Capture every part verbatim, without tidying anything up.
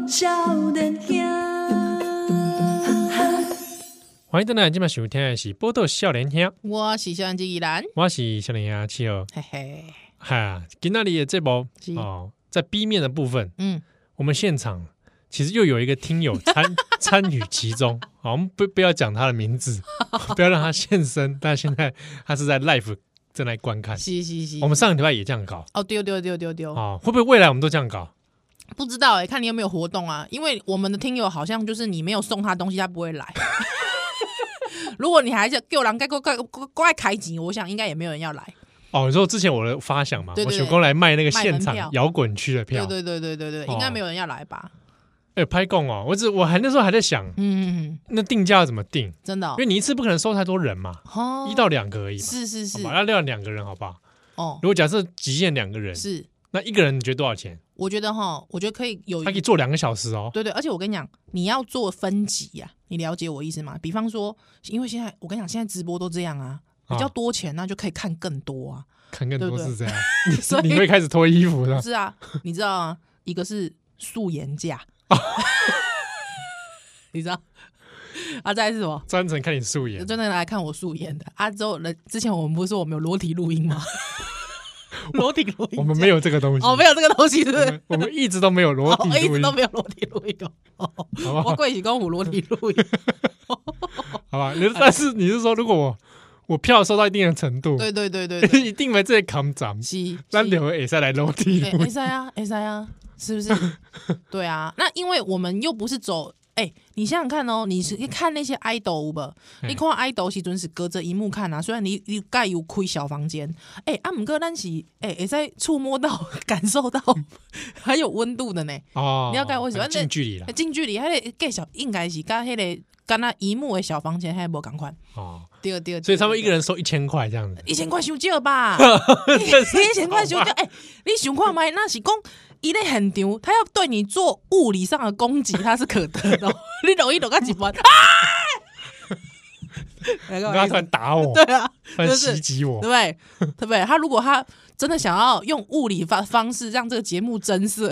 少年兄。 欢迎登来今晚收听的是《波多少年兄》， 我是小人机依兰， 我是少年兄七号。 嘿嘿， 哈，今天的这部是哦，在 B 面的部分， 嗯， 我们现场其实又有一个听友参参与其中。好，我们不不要讲他的名字，不要让他现身。但现在他是在 live 正在观看。 是是是， 我们上个礼拜也这样搞哦丢丢丢丢丢， 哦，会不会未来我们都这样搞？ 不知道哎、欸，看你有没有活动啊？因为我们的听友好像就是你没有送他东西，他不会来。如果你还是给我人该乖乖乖开机，我想应该也没有人要来。 哦，你说之前我的发想嘛， 对对对我想过来卖那个现卖门票场摇滚区的票。 对对对对对对， 哦应该没有人要来吧？ 哎、拍供哦，我只我还那时候还在想， 嗯嗯嗯， 那定价要怎么定？ 真的、哦因为，你一次不可能收太多人嘛， 哦一到两个而已嘛， 是是是好吧，要量两个人好不好？ 哦如果假设极限两个人， 是， 那一个人你觉得多少钱？ 我觉得哈，我觉得可以有他可以做两个小时哦。 对对，而且我跟你讲，你要做分级呀、你了解我意思吗？比方说，因为现在我跟你讲，现在直播都这样啊，比较多钱那就可以看更多啊。 看更多对不对是这样， 所以你你会开始脱衣服的。 是啊，你知道啊，一个是素颜价，你知道啊，再来是什么？ 专程看你素颜， 真的来看我素颜的啊！之后人之前我们不是说我们有裸体录音吗？裸体录音， 我们没有这个东西哦，没有这个东西，是不是我们？我们一直都没有裸体哦一录音， 直都没有裸体录音哦。 好不好我贵喜公虎裸体录音， 好吧？你但是你是说，如果我我票收到一定的程度， 对对对对对， 一定没这扛涨， 是， 咱就会再来裸体哎， 录音。 会塞啊，会塞啊，是不是？对啊，那因为我们又不是走，哎、你想想看哦，你是看那些 idol 吧？ 嘿你看 idol 时阵是隔着荧幕看啊，虽然你你盖有开小房间，哎、啊，姆哥咱是哎，也在触摸到、感受到还有温度的呢， 哦， 你要盖为什么很近距离了近距离还得盖小，应该是跟迄、那个跟那荧幕的小房间还无共款。 哦， 第二第二， 所以他们一个人收一千块这样子。 一千块伤少吧？ 真是一千块伤少，哎、你想看麦？那是讲一类很丢，他要对你做物理上的攻击，他是可得的哦。你容易懂个几分啊？ 你刚刚突然打我， 对啊， 突然就是袭击我对不，对？对不对？他如果他真的想要用物理方方式让这个节目增色，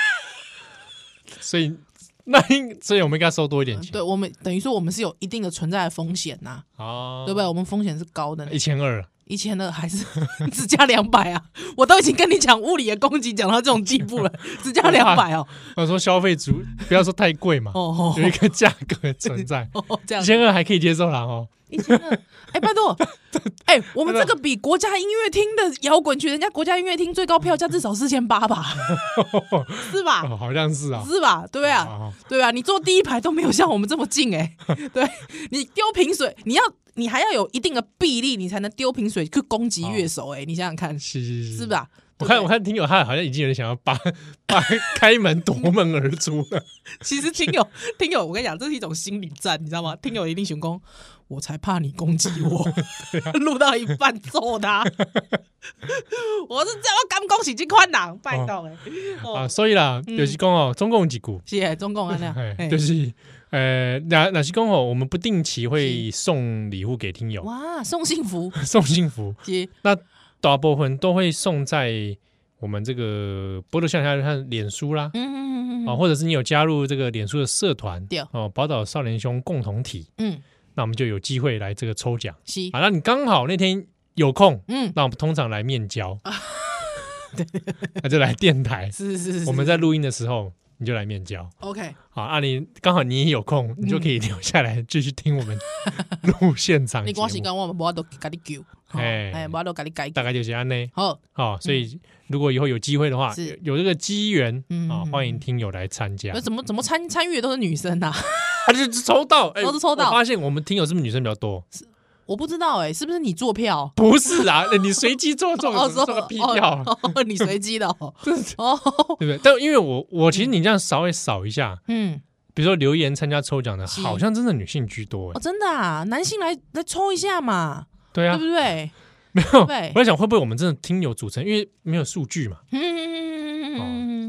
所以那应所以我们应该收多一点钱。 对我们等于说我们是有一定的存在的风险呐、 哦， 对不对？我们风险是高的呢一，千二， 一千二还是只加两百啊？我都已经跟你讲物理的攻击讲到这种地步了，只加两百哦。 我说消费主不要说太贵嘛， 哦哦有一个价格存在， 哦，这样一千二还可以接受啦哦。 一千二，哎，拜托，哎，我们这个比国家音乐厅的摇滚区，人家国家音乐厅最高票价至少四千八吧，是吧？ 哦，好像是啊， 是吧？对啊， 哦对啊，你坐第一排都没有像我们这么近哎、对你丢瓶水，你要你还要有一定的臂力，你才能丢瓶水去攻击乐手哎、你想想看， 是是是， 是吧？ 我看对不对我看听友他好像已经有人想要把把开门夺门而出了， 其实听友听友，我跟你讲，这是一种心理战，你知道吗？听友一定想攻，我才怕你攻击我，录到一半揍他，我是这样敢恭喜这款人，拜托哎， 啊， 哦， 所以啦， 嗯就是讲哦，中共几股， 是哎，中共安那哎， 样， 就是呃，哪哪些讲哦，我们不定期会送礼物给听友， 哇，送幸福， 送幸福， 是那大部分都会送在我们这个波多向下看脸书啦， 嗯嗯嗯啊， 嗯或者是你有加入这个脸书的社团， 对哦，宝岛少年兄共同体， 嗯， 那我们就有机会来这个抽奖。 是， 好，那你刚好那天有空， 嗯， 那我们通常来面交，那就来电台， 是是是， 我们在录音的时候你就来面交。 OK， 好，啊，你刚好你也有空，你就可以留下来继续听我们录现场节你光时目， 间我无法度甲你救， 哎哎，无法度甲你改， 大概就是安内。 好， 好，所以如果以后有机会的话， 是有有这个机缘啊， 嗯嗯欢迎听友来参加那。怎么怎么参参与的都是女生呐？ 他就抽到，哎都是抽到我发现我们听友是不是女生比较多？ 我不知道哎，是不是你做票？ 不是啊，你随机做做哦， 做个屁票， 哦，哦你随机的哦，哦， 对不对？但因为我我其实你这样稍微扫一下， 嗯， 比如说留言参加抽奖的， 是好像真的女性居多。 哦， 哎， 真的啊，男性来来抽一下嘛， 对啊对，不对？ 没有， 对我在想会不会我们真的听友组成，因为没有数据嘛。 嗯，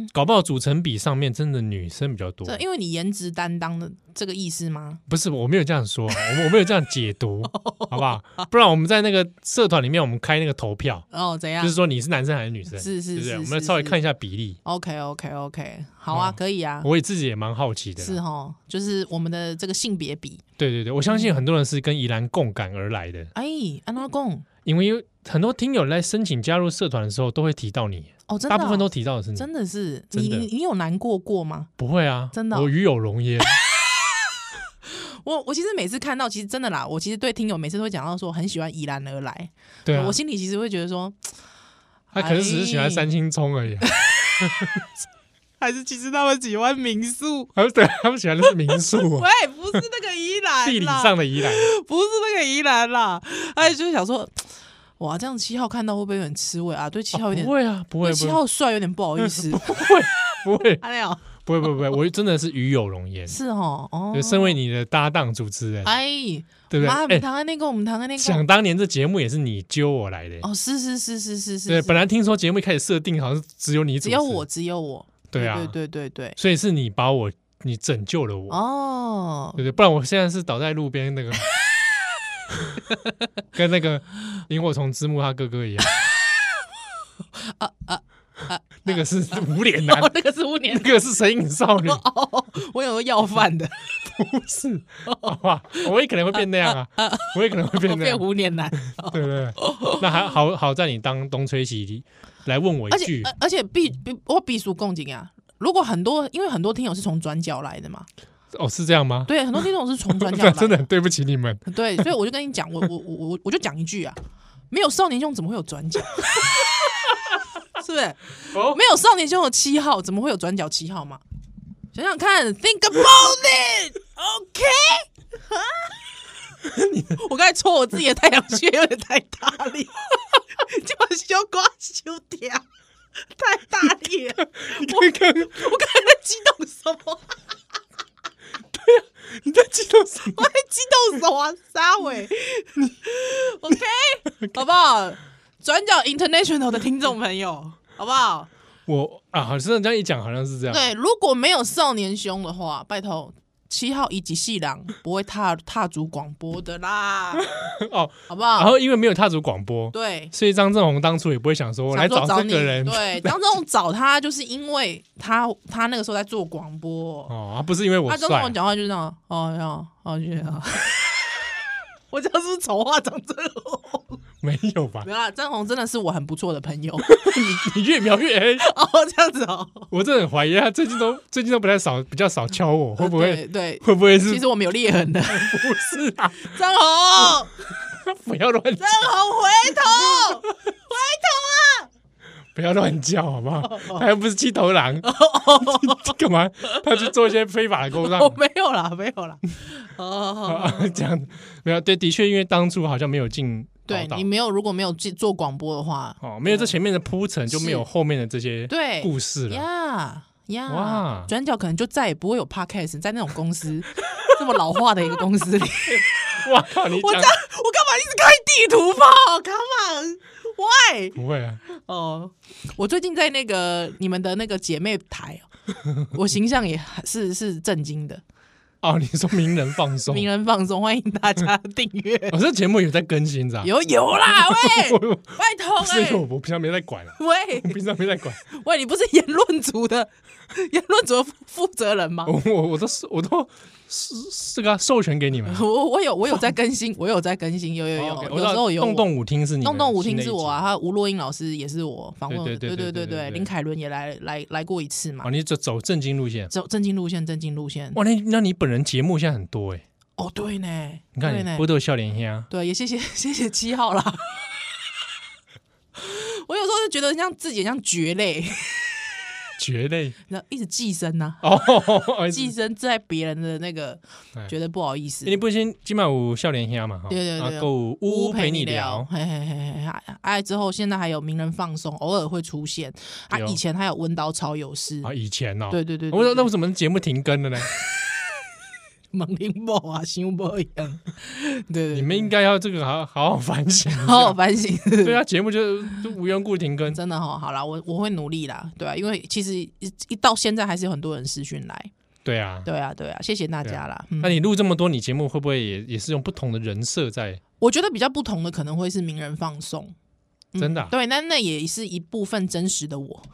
搞不好组成比上面真的女生比较多这，因为你颜值担当的这个意思吗？ 不是，我没有这样说，我我没有这样解读，好不好？不然我们在那个社团里面，我们开那个投票， 哦，怎样？ 就是说你是男生还是女生， 是是是， 对不对？我们稍微看一下比例。 OK OK OK， 好啊， 哦可以啊。 我也自己也蛮好奇的， 是哈，就是我们的这个性别比。 对对对，我相信很多人是跟宜兰共感而来的。 哎，安拉贡因为很多听友来申请加入社团的时候，都会提到你， 哦，真的、哦， 大部分都提到的是你， 真的是真的你，你有难过过吗？ 不会啊， 真的、哦， 我与有荣焉。 我我其实每次看到，其实真的啦，我其实对听友每次都会讲到说，很喜欢宜兰而来， 对啊， 我心里其实会觉得说， 他可能只是喜欢三星葱而已， 还是其实他们喜欢民宿？ 对，他们喜欢的是民宿， 喂，不是那个宜兰， 地理上的宜兰， 不是那个宜兰啦，哎，就是想说。哇，这样七号看到会不会有点吃味啊？对七号有点、 哦、不会啊，不会， 对七号帅有点不好意思， 不会，不会， 哎呀， 不会，不会，不会，我真的是与有荣焉， 是哦，哦， 就身为你的搭档主持人， 哎， 对不对？ 妈，我们谈那个，我们谈那个， 想当年这节目也是你揪我来的， 哦，是是是是是是， 对，本来听说节目一开始设定好像只有你主持， 只有我，只有我， 对啊， 对对对对对， 所以是你把我，你拯救了我， 哦， 对对，不然我现在是倒在路边那个。跟那个萤火虫之墓他哥哥一样， 啊啊啊！ 那个是无脸男， 哦、那个是无脸， 那个是神隐少女。 哦，我有个要饭的， 不是，好吧，我也可能会变那样啊，我也可能会变那样， 变无脸男， 对不对？那还好好在你当东吹西来问我一句， 而且而且必必我必须共警啊！如果很多，因为很多听友是从转角来的嘛。 哦，是这样吗？ 对，很多听众是从转角来的， 真的很对不起你们。 对，所以我就跟你讲，我我我我我就讲一句啊，没有少年兄怎么会有转角？是不是？哦、没有少年兄的七号，怎么会有转角七号嘛？想想看 ，Think about it，OK？、我刚才戳我自己的太阳穴有点太大力，就把小瓜修掉，太大力了。 你看看， 我我刚才在激动什么？ 对呀、啊，你在激动什么？ 我在激动什么？沙伟 ，OK， 好不好？转角 International 的听众朋友，好不好？ 我啊，好像这样一讲，好像是这样。 对，如果没有少年兄的话，拜托七号以及细郎不会踏踏足广播的啦。 哦， 好不好？ 然后因为没有踏足广播， 对， 所以张正宏当初也不会想说我来找这个人。 对，张正宏找他就是因为他他那个时候在做广播哦，不是因为我帅、啊。 他张正宏讲话就是那样，哦呀，哦去啊。我这样是不是丑化张正宏？ 没有吧？ 没有啦，张宏真的是我很不错的朋友。 你你越描越黑哦，这样子哦。 我真的很怀疑他最近都最近都不太少，比较少敲我，会不会？ 对, 对， 会不会是？ 其实我们有裂痕的。 不是啊， 张宏， 不要乱叫。 张宏回头，回头啊！ 不要乱叫好不好？他又不是七头狼，干嘛？他去做一些非法的勾当？ 哦，没有啦，没有啦。哦， 这样没有对，的确，因为当初好像没有进， 对你没有，如果没有做广播的话， 哦，没有这前面的铺陈，就没有后面的这些对故事了呀呀。 哇， 转角可能就再也不会有 podcast 在那种公司这么老化的一个公司里。 哇靠！你我这样，我干嘛一直开地图炮 ？Come on，Why？ 不会啊。 哦，我最近在那个你们的那个姐妹台，我形象也是是震惊的。 哦，你说名人放松， 名人放松，欢迎大家订阅。 我、哦、这节目有在更新，知有有啦，喂，拜托哎、欸，我我平常没在管了， 喂， 我平常没在管。 喂，你不是言论组的言论组的负责人吗？ 我我我都我都是是个授权给你们。 我我有我有在更新，我有在更新，有有有， okay, 有时候有动动舞厅是你， 动动舞厅是我啊，还有吴若英老师也是我访问， 对对对对对， 林凯伦也来来来过一次嘛。 哦，你走走正经路线， 走正经路线，正经路线。 哇，那那你本人节目现在很多哎。 哦，对呢， 你看你波豆笑脸兄， 对，也谢谢谢谢七号啦。我有时候就觉得像自己像蕨类， 蕨类， 然后一直寄生呐， 哦， 寄生在别人的那个，觉得不好意思。 你不先今晚有笑脸兄嘛？ 对对对， 够呜呜陪你聊， 嘿嘿嘿嘿。哎，之后现在还有名人放送，偶尔会出现。啊，以前还有温刀超有事啊，以前哦， 对对对。 我说那为什么节目停更了呢？ 猛灵某啊，想不一样。对对， 你们应该要这个好好好反省， 好好反省。 对啊，节目就就无缘故停更， 真的哈，好啦，我我会努力啦，对啊，因为其实一一到现在还是有很多人私讯来， 对啊， 对啊，对啊，谢谢大家啦。嗯、 那你录这么多，你节目会不会也也是用不同的人设在？ 我觉得比较不同的可能会是名人放送，嗯、 真的、啊， 对，那那也是一部分真实的我，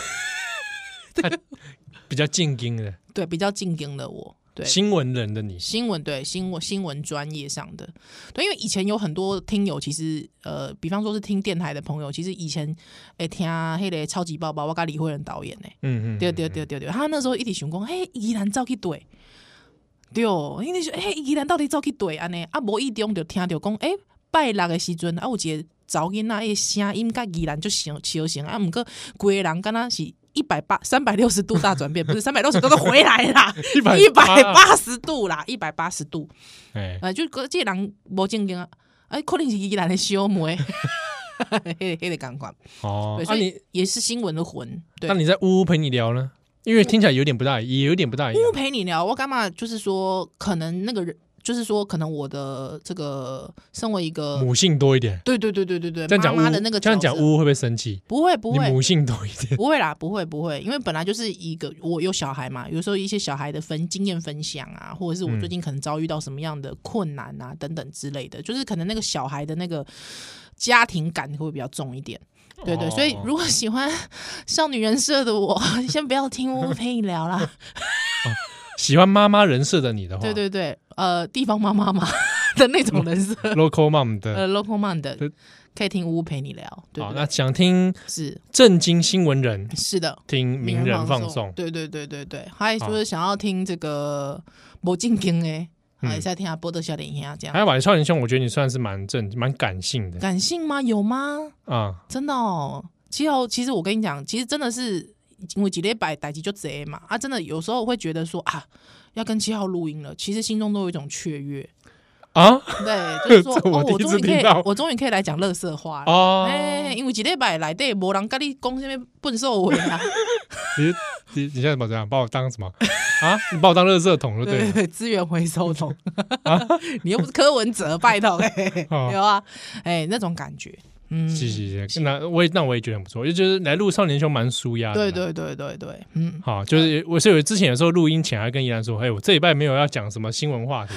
比较静音的， 对，比较静音的我。对新闻人的你， 新闻对新闻新闻专业上的，对，因为以前有很多听友，其实呃，比方说是听电台的朋友，其实以前诶听迄个超级爆爆，我跟李慧仁导演呢， 嗯嗯， 对对对对对，他那时候一直想讲，嘿，宜兰走去对，对，因为说，嘿，宜兰到底走去对安尼，啊，无意中就听到讲，诶，拜六的时阵，啊，有一个查囡仔，迄声音甲宜兰就相相像，啊，毋过规个人敢若是。一百八三百六十度大转变，不是三百六十度都回来啦，一百八十度啦，一百八十度，哎、欸，呃，就这个人无正经啊，哎，可能是宜兰的小妹，黑黑的感觉哦，所以也是新闻的魂。对， 那你在屋屋陪你聊呢？因为听起来有点不大，也有点不大一样。 屋陪你聊，我干嘛？就是说，可能那个人。就是说，可能我的这个身为一个母性多一点， 对对对对对对， 这样讲妈妈的那个这样讲，呜呜会不会生气？ 不会不会， 你母性多一点， 不会啦，不会不会，因为本来就是一个我有小孩嘛，有时候一些小孩的分经验分享啊，或者是我最近可能遭遇到什么样的困难啊、嗯、等等之类的，就是可能那个小孩的那个家庭感会比较重一点。对对，哦、所以如果喜欢少女人设的我，先不要听我陪你聊啦。 哦喜欢妈妈人设的你的话， 对对对，呃，地方妈妈嘛的那种人设 ，local mom 的， 呃，local mom 的，可以听屋陪你聊。对好，那想听是正经新闻人， 是的， 听名人放送。 对对对对对，还就是想要听这个无正经的，啊，也在听下波多笑脸兄这样。 还有晚少年兄，我觉得你算是蛮正、蛮感性的。 感性吗？有吗？啊，真的哦。其实，其实我跟你讲，其实真的是。因为几礼拜代志就贼嘛啊，真的有时候会觉得说啊，要跟七号录音了，其实心中都有一种雀跃啊。对，就是说我哦，我终于可以， 我我终于可以来讲垃圾话了哦。哎、欸，因为几礼拜内底无人跟你讲什么笨兽话啊。 你你你现在怎么这样？把我当什么啊？你把我当垃圾桶了，对对对，资源回收桶啊！你又不是柯文哲，拜托哎、欸，有啊，哎、欸，那种感觉。 嗯，是是是，那我也那我也觉得很不错，就觉得来录少年兄蛮舒压的。 对对对对对，嗯， 好，就是我是有之前有时候录音前还跟宜兰说，哎，我这礼拜没有要讲什么新闻话题，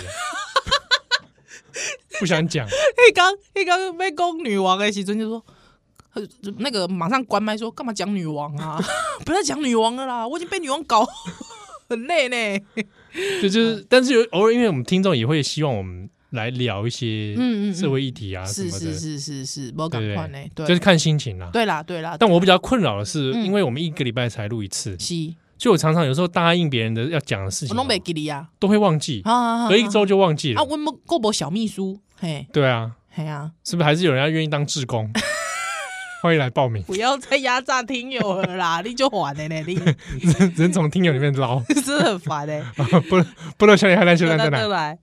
不想讲。 一刚一刚被攻女王的时阵就说，那个马上关麦说干嘛讲女王啊？不要讲女王了啦，我已经被女王搞很累呢。 对，就是，但是有偶尔，因为我们听众也会希望我们。来聊一些社会议题啊什么的， 是是是是是，不赶快呢，对， 就是看心情啦。 对啦对啦， 但我比较困扰的是，因为我们一个礼拜才录一次，是，所以我常常有时候答应别人的要讲的事情， 我都没给你啊， 都会忘记，隔一周就忘记了。 啊，我们够不小秘书，嘿， 对啊， 嘿啊， 是不是还是有人要愿意当志工？欢迎来报名。 不要再压榨听友了啦，你就还的呢，你人从听友里面捞， 真的很烦哎。 不不能笑你还来秀兰在哪？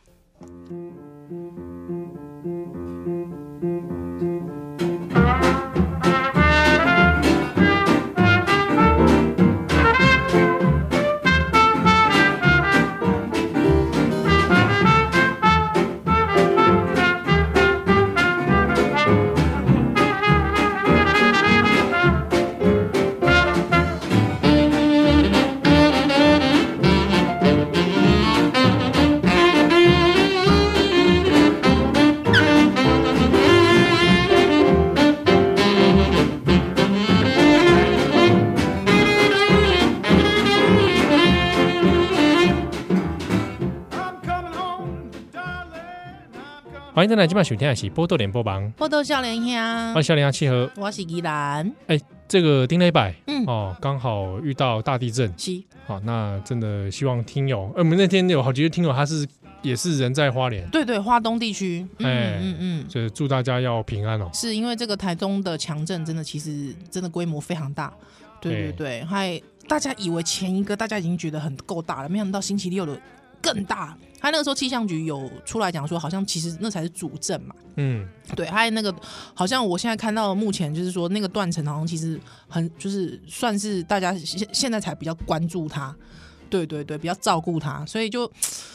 欢迎再来今晚收听的是波多连播榜， 波多少年兄， 欢迎少年兄契合， 我是宜兰。 哎、欸，这个丁礼拜，嗯哦，刚好遇到大地震， 是， 好，那真的希望听友，呃，我们那天有好几个听友，他是也是人在花莲， 对对，花东地区，嗯、欸、嗯嗯， 所以祝大家要平安哦。 是因为这个台东的强震真的其实真的规模非常大，对对对，还大家以为前一个大家已经觉得很够大了，没想到星期六的更大。他那个时候气象局有出来讲说，好像其实那才是主震嘛。嗯，对，还有那个好像我现在看到目前就是说那个断层好像其实很就是算是大家现现在才比较关注它，对对对，比较照顾它，所以就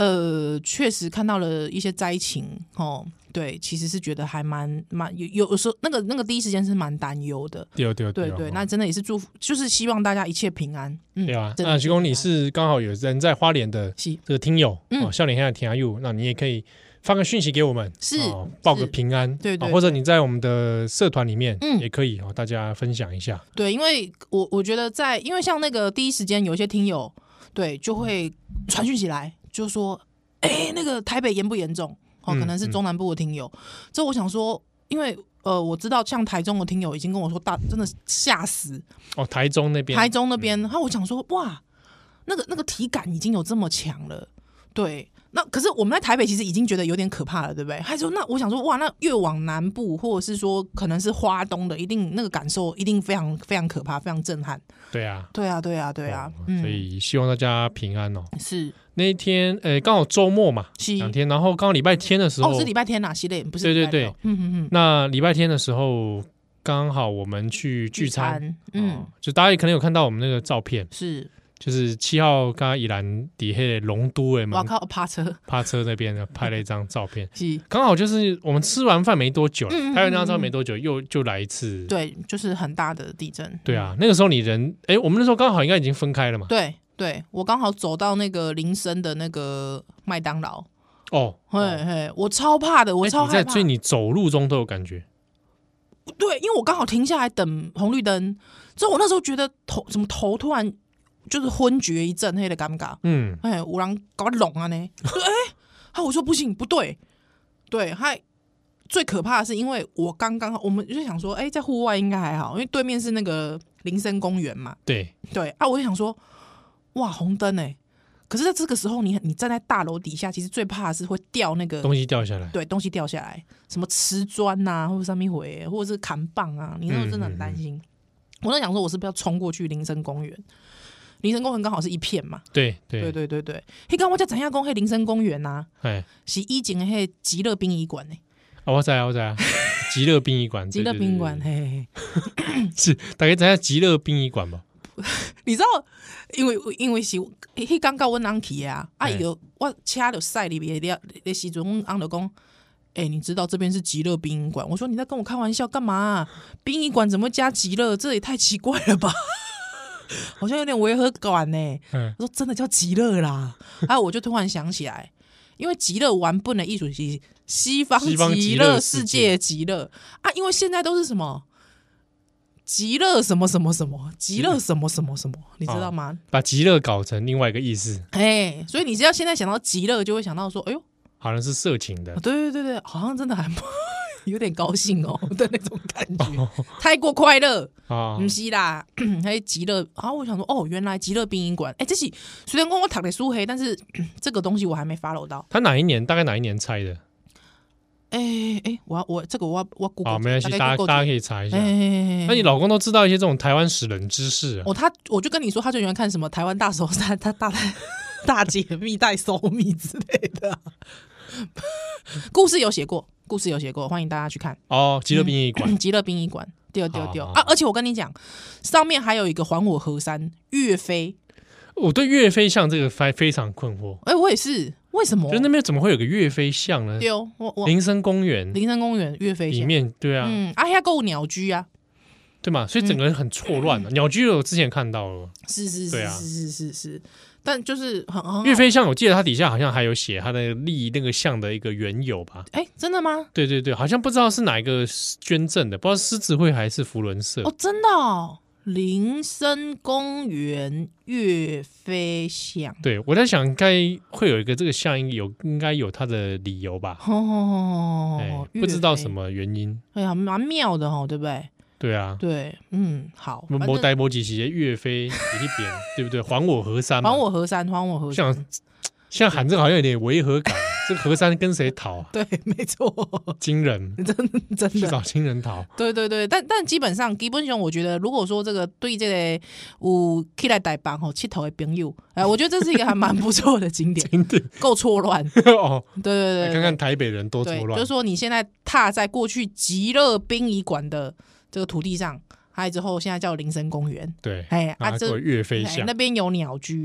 呃，确实看到了一些灾情哦。对，其实是觉得还蛮蛮有有时候那个那个第一时间是蛮担忧的。 对对对对，那真的也是祝福，就是希望大家一切平安。嗯， 对啊。那徐公你是刚好有人在花莲的这个听友， 嗯， 笑脸下的听友，那你也可以发个讯息给我们， 是报个平安， 对对， 或者你在我们的社团里面也可以哦，大家分享一下。 对，因为我我觉得在，因为像那个第一时间有一些听友，对，就会传讯息来，就说，哎，那个台北严不严重？哦，可能是中南部的听友。之后我想说，因为呃，我知道像台中的听友已经跟我说大，真的吓死哦，台中那边， 台中那边，然后我想说，哇，那个那个体感已经有这么强了，对。那可是我们在台北其实已经觉得有点可怕了，对不对？还说那我想说，哇，那越往南部或者是说可能是花东的，一定那个感受一定非常非常可怕，非常震撼。 对啊， 对啊，对啊，对啊。 哦嗯、所以希望大家平安哦。 是那一天，呃，刚好周末嘛，两天，然后刚好礼拜天的时候， 哦，是礼拜天呐，系列不是对对对， 嗯嗯嗯。 那礼拜天的时候，刚好我们去聚餐，聚餐嗯、哦，就大家也可能有看到我们那个照片， 是。 就是七号刚刚宜兰底下龙都诶， 我靠，趴车趴车那边拍了一张照片， 是刚好就是我们吃完饭没多久，嗯、拍完那张照片没多久，又就来一次， 对，就是很大的地震。 对啊，那个时候你人，哎，我们那时候刚好应该已经分开了嘛。 对对，我刚好走到那个林森的那个麦当劳。 哦， 嘿嘿，我超怕的，我超害怕。 所以你走路中都有感觉。 对，因为我刚好停下来等红绿灯，之后我那时候觉得头怎么头突然。就是昏厥一阵，黑的尴尬。嗯，哎，有人搞我拢啊呢？对，哎，还我说不行，不对，对，还最可怕的是，因为我刚刚我们就想说，哎，在户外应该还好，因为对面是那个林森公园嘛。 对对啊，我就想说，哇，红灯哎！可是在这个时候，你你站在大楼底下，其实最怕的是会掉那个东西掉下来， 对，东西掉下来，什么瓷砖呐、啊，或者上面回，或者是砍棒啊，你那时候真的很担心。嗯嗯嗯我在想说，我是不是要冲过去林森公园？林森公园刚好是一片嘛， 对对对对对对。迄刚我才知影讲，迄林森公园呐、 啊， 是以前的迄极乐殡仪馆呢。 啊，我知啊，我知啊，极乐殡仪馆， 极乐殡仪馆，嘿嘿， 是大概知影极乐殡仪馆吧？ 你知道，因为因为是迄刚到阮翁去啊，啊有我车就驶里面的的时阵，阮翁就讲。哎、欸，你知道这边是极乐殡仪馆？我说你在跟我开玩笑干嘛、啊？殡仪馆怎么加极乐？这也太奇怪了吧！好像有点违和感呢、欸。嗯，我说真的叫极乐啦，啊，我就突然想起来，因为极乐玩本的艺术是西方极乐世界极乐啊，因为现在都是什么极乐什么什么什么极乐什么什么什么，你知道吗？ 哦、把极乐搞成另外一个意思。 哎、欸，所以你只要现在想到极乐，就会想到说，哎呦。 好像是色情的， 对对对对，好像真的还有点高兴哦的那种感觉，哦、太过快乐啊，不是啦，还极乐啊！我想说，哦，原来极乐殡仪馆，哎，这是虽然说我读的书黑，但是这个东西我还没 follow 到。 他哪一年？大概哪一年拆的？ 哎哎，我我这个我我 Google 好，没关系，大家大家可以查一下。那你老公都知道一些这种台湾史冷知识啊？ 哦，他我就跟你说，他就喜欢看什么台湾大搜山、他大大解密、大搜密之类的。故事有写过，故事有写过，欢迎大家去看哦。极乐殡仪馆， 极乐殡仪馆，丢丢丢啊！而且我跟你讲，上面还有一个还我河山岳飞。 我对岳飞像这个非非常困惑。 哎、欸，我也是，为什么？ 就是那边怎么会有个岳飞像呢？ 对哦，我我林森公园， 林森公园岳飞里面，对啊， 嗯，啊，还有鸟居啊， 对嘛？所以整个人很错乱、嗯、鸟居我之前看到了， 是是是、啊、是是是是。但就是很很岳飞像，我记得他底下好像还有写他的立那个像的一个缘由吧？ 哎、欸，真的吗？ 对对对，好像不知道是哪一个捐赠的，不知道狮子会还是福伦社哦，真的哦。林森公园岳飞像， 对我在想，应该会有一个这个像有应该有它的理由吧？哦、欸，不知道什么原因。 哎呀，蛮妙的哦，对不对？ 对啊， 对，嗯，好。 摩呆摩几些岳飞一边，对不对？还我河山， 还我河山，还我河山。 像像喊这个好像有点违和感。这个河山跟谁讨啊？ 对，没错， 金人， 真的真的去找金人讨。 对对对，但但基本上基本上，我觉得如果说这个对这个有起来台北吼佚佗的朋友，哎，我觉得这是一个还蛮不错的景点， 景点够错乱哦。 对对 对, 對， 看看台北人多错乱。 就是说你现在踏在过去极乐殡仪馆的这个土地上。还有之后，现在叫林森公园。 对， 哎啊，这岳飞像那边有鸟居，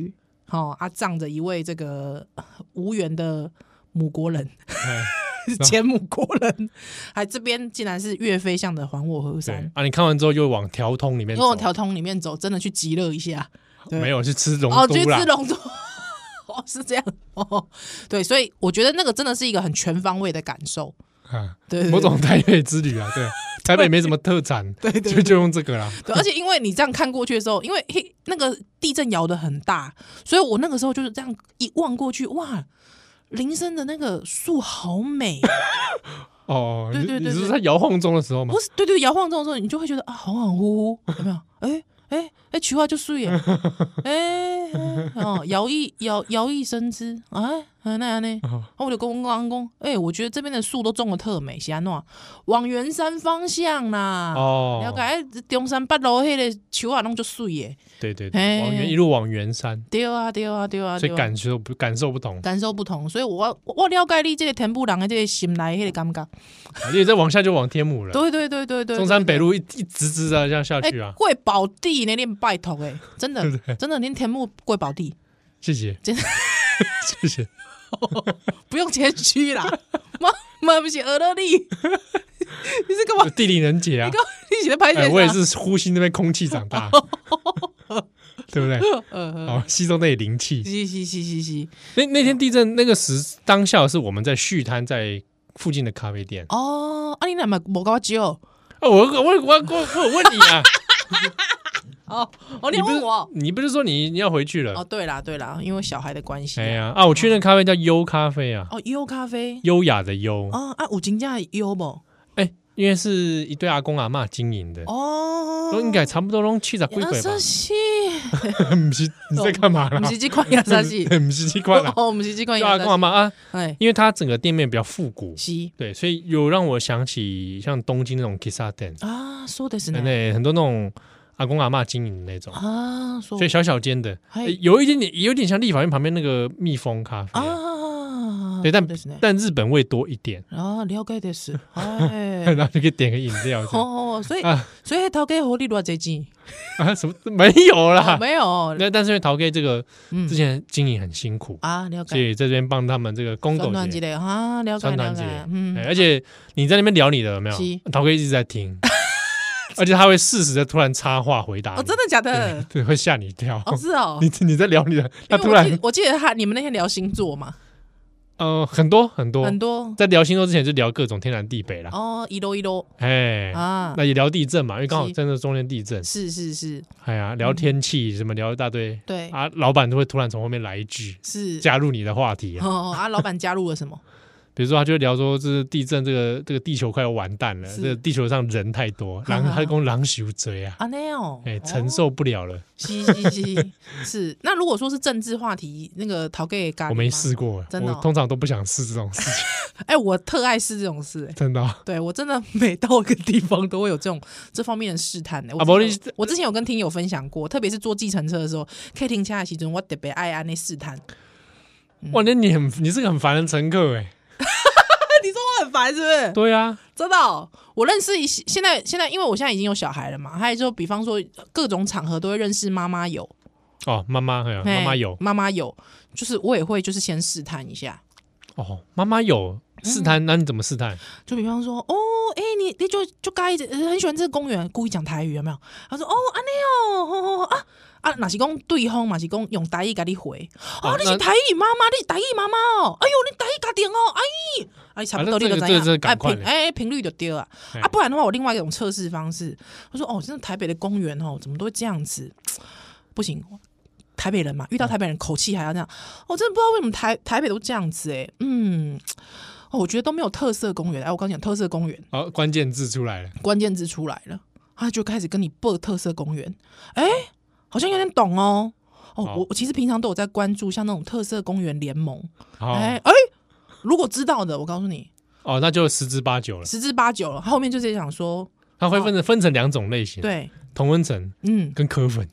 哦啊，葬着一位这个无缘的母国人。前母国人，还这边竟然是岳飞向的还我河山啊！你看完之后就往条通里面走， 往条通里面走，真的去极乐一下。 没有去吃龙哦， 都啦， 去吃龙都。哦，是这样哦。对，所以我觉得那个真的是一个很全方位的感受。 啊， 对， 某种台北之旅啊，对，台北没什么特产， 对对， 就就用这个啦。 对，而且因为你这样看过去的时候，因为嘿那个地震摇得很大，所以我那个时候就是这样一望过去，哇！林森的那个树好美哦， 对对对， 你是在摇晃中的时候吗？ 不是，对对，摇晃中的时候，你就会觉得啊，恍恍惚惚，有没有？哎哎哎，菊花就睡耶，哎哦，摇曳摇摇曳生姿，哎，那样呢？我就跟我讲讲，哎，我觉得这边的树都种的特美，是安怎？往圆山方向啦，哦，了解，中山八路迄个树啊，弄就水耶。 对对对，往圆一路往圆山， 对啊对啊对啊， 所以感受不感受不同， 感受不同，所以我我了解你这个田埔人的这个心内迄个感觉。 你再往下就往天母了， 对对对对对， 中山北路一一直直的这样下去啊。 贵宝地那练拜托哎，真的真的连田木贵宝地， 谢谢， 真的谢谢， 不用谦虚啦，妈妈不是俄勒利，你是干嘛？ 地理人杰啊， 你写的拍我也是呼吸那边空气长大。对不对？哦，吸收那些灵气。 是是是是是。 那那天地震那个时当下是我们在续摊在附近的咖啡店。 哦，啊，你那么没跟我讲？ 哦，我我我我我问你啊。 哦哦，你问我， 你不是说你你要回去了？ 哦，对啦对啦，因为小孩的关系。 哎呀啊，我去那咖啡叫优咖啡啊。 哦，优咖啡， 优雅的优。 哦啊，有真正优不？ 哎，因为是一对阿公阿嬷经营的。哦，都应该差不多拢七十几岁吧。不是你在干嘛啦？ 不是这款亚沙西， 不是这款啦。 哦，不是这款亚沙西。 阿公阿嬷啊，哎，因为它整个店面比较复古，对，所以有让我想起像东京那种 Kissa 店啊，说的是呢， 对，很多那种阿公阿嬷经营的那种啊，所以小小间的，有一点点，有点像立法院旁边那个蜜蜂咖啡啊，对，但但日本味多一点啊，了解的是， 哎，然后就可以点个饮料哦，所以所以陶哥和你多少钱啊？什么没有啦， 没有， 那但是因为陶哥这个之前经营很辛苦啊，了解， 所以这边帮他们这个公狗节啊，了解了解， 嗯，而且你在那边聊你的有没有？陶哥一直在听。而且他会适时的突然插话回答， 哦，真的假的？ 对，会吓你一跳。 哦，是哦， 你你在聊你的，他突然， 我记得他你们那天聊星座嘛， 呃，很多很多很多， 在聊星座之前就聊各种天南地北啦。 哦，一楼一楼， 哎啊，那也聊地震嘛，因为刚好真的中间地震， 是是是， 哎呀，聊天气什么聊一大堆， 对啊，老板都会突然从后面来一句， 是加入你的话题哦啊，老板加入了什么？ 比如说，他就聊说，这地震，这个这个地球快要完蛋了，这个地球上人太多，狼他跟狼熊追啊， 啊那样， 哎，承受不了了。 是是是是。那如果说是政治话题，那个陶给咖， 我没试过，真的，我通常都不想试这种事情。 哎，我特爱试这种事， 真的。 对我真的每到一个地方都会有这种这方面的试探的。啊，我之前有跟听友分享过，特别是坐计程车的时候，可以停下来其中，我特别爱按那试探。 哇，那你很你是个很烦的乘客哎。 你说我很烦是不是？ 对啊， 真的、哦。我认识一现在现在，因为我现在已经有小孩了嘛，还有就比方说各种场合都会认识妈妈友。 哦，妈妈有妈妈有妈妈有，就是我也会就是先试探一下。 哦，妈妈有试探，那、嗯、你怎么试探？ 就比方说，哦，哎、欸，你你就就该很喜欢这个公园，故意讲台语有没有？他说，哦，安尼哦，哦啊。啊，若是讲对方嘛是讲用台语甲你回，哦，哦你是台语妈妈，你是台语妈妈哦，哎呦，你台语家庭哦，哎，啊，你差不多你就知影，哎频哎频率就对了，啊，不然的话，我另外一种测试方式，我说哦，真的台北的公园哦，怎么都会这样子，不行，台北人嘛，遇到台北人口气还要这样，我、哦、真的不知道为什么台台北都这样子哎、欸，嗯。哦，我觉得都没有特色公园。哎，我刚讲特色公园， 哦，关键字出来了， 关键字出来了，他就开始跟你报特色公园，哎。好像有点懂哦，哦，我我其实平常都有在关注像那种特色公园联盟，哎哎，如果知道的，我告诉你， 哦，那就十之八九了， 十之八九了。后面就是想说， 它会分成、哦、分成两种类型， 对， 同温层，嗯，跟柯粉，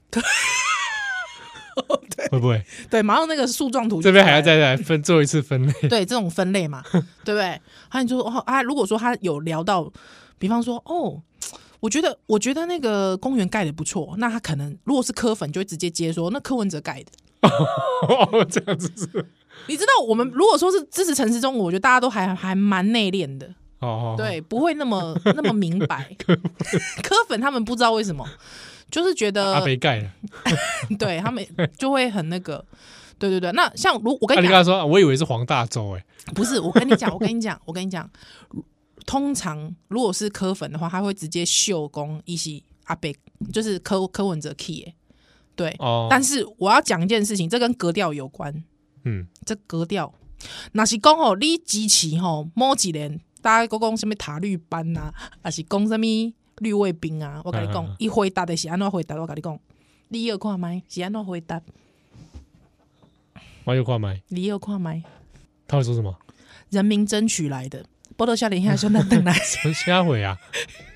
对， 会不会？ 对，马上那个树状图这边还要再来分做一次分类， 对，这种分类嘛，对不对？他你说哦啊，如果说他有聊到，比方说哦。我觉得，我觉得那个公园盖的不错，那他可能如果是柯粉，就会直接接说那柯文哲盖的哦，这样子是。 你知道，我们如果说是支持陈时中，我觉得大家都还还蛮内敛的。 哦， 对，不会那么那么明白。柯粉他们不知道为什么，就是觉得阿北盖了， 对他们就会很那个。对对对，那像如我跟啊、 你讲， 你刚才说，我以为是黄大洲，哎， 不是，我跟你讲，我跟你讲，我跟你讲，通常如果是柯粉的话，他会直接秀公一起阿北，就是柯柯文哲 key 哎，对， 哦， 但是我要讲一件事情，这跟格调有关， 嗯， 这格调，那是讲吼，你支持吼某几人，大家讲讲什么塔绿班呐、啊，还是讲什么绿卫兵啊？我跟你讲，伊、嗯、回答的是安怎回答？我跟你讲，你有看麦是安怎回答？ 我有看麦， 你有看麦？ 他会说什么？ 人民争取来的，报道下连下兄弟等来。 什么瞎回啊？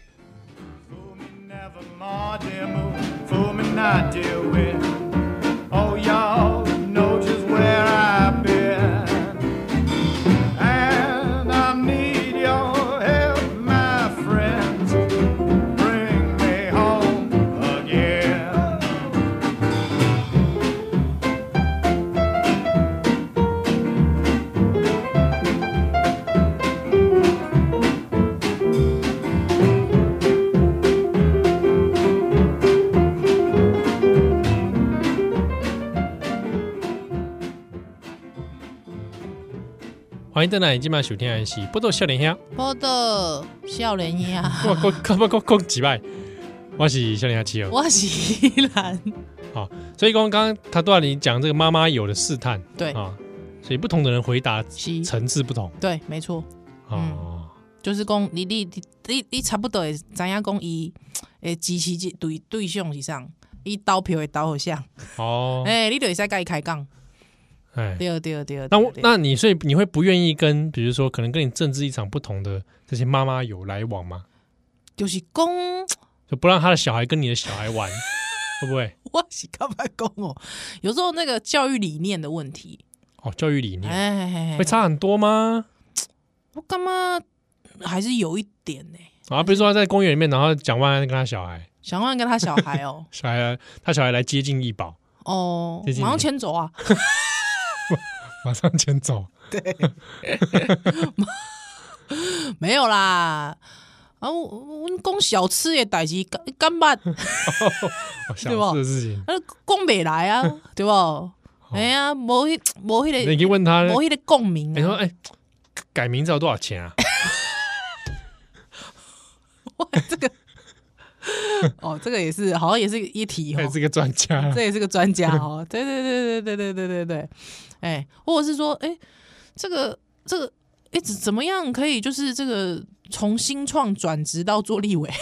欢迎回来，今晚收听的是《报道少年兄》， 报道少年兄， 我我我我讲几摆，我是少年兄七号， 我是依兰。 好，所以刚刚他都让你讲这个妈妈有的试探， 对啊，所以不同的人回答层次不同， 对，没错，哦、嗯，就是讲你你你你差不多会知影讲伊诶支持对对象是啥，伊投票会投向，哦，诶、欸，你就会使甲伊开讲。 哎， 对对对， 那那你所以你会不愿意跟，比如说可能跟你政治立场不同的这些妈妈有来往吗？ 就是讲， 就不让他的小孩跟你的小孩玩，会不会？ 我是干嘛讲哦？有时候那个教育理念的问题， 哦，教育理念， 哎， 会差很多吗？ 我干嘛还是有一点呢、欸？ 啊，比如说他在公园里面，然后蒋万安跟他小孩， 蒋万安跟他小孩哦， 小孩他小孩来接近义保， 哦，马上牵走啊！ 马上牵走， 对，没有啦。啊，我我讲小吃的代志干干办， 哦、小吃的事情， 讲不来啊，对不？哦、哎呀，无迄无迄个， 你可以问他， 无迄个共鸣、啊。 你说，哎、欸，改名字要多少钱啊？ 哇，这个。哦，这个也是，好像也是一题哦， 也是个专家， 这也是个专家哦，对对对对对对对对对，哎，或者是说，哎，这个这个，哎，怎么样可以就是这个从新创转职到做立委？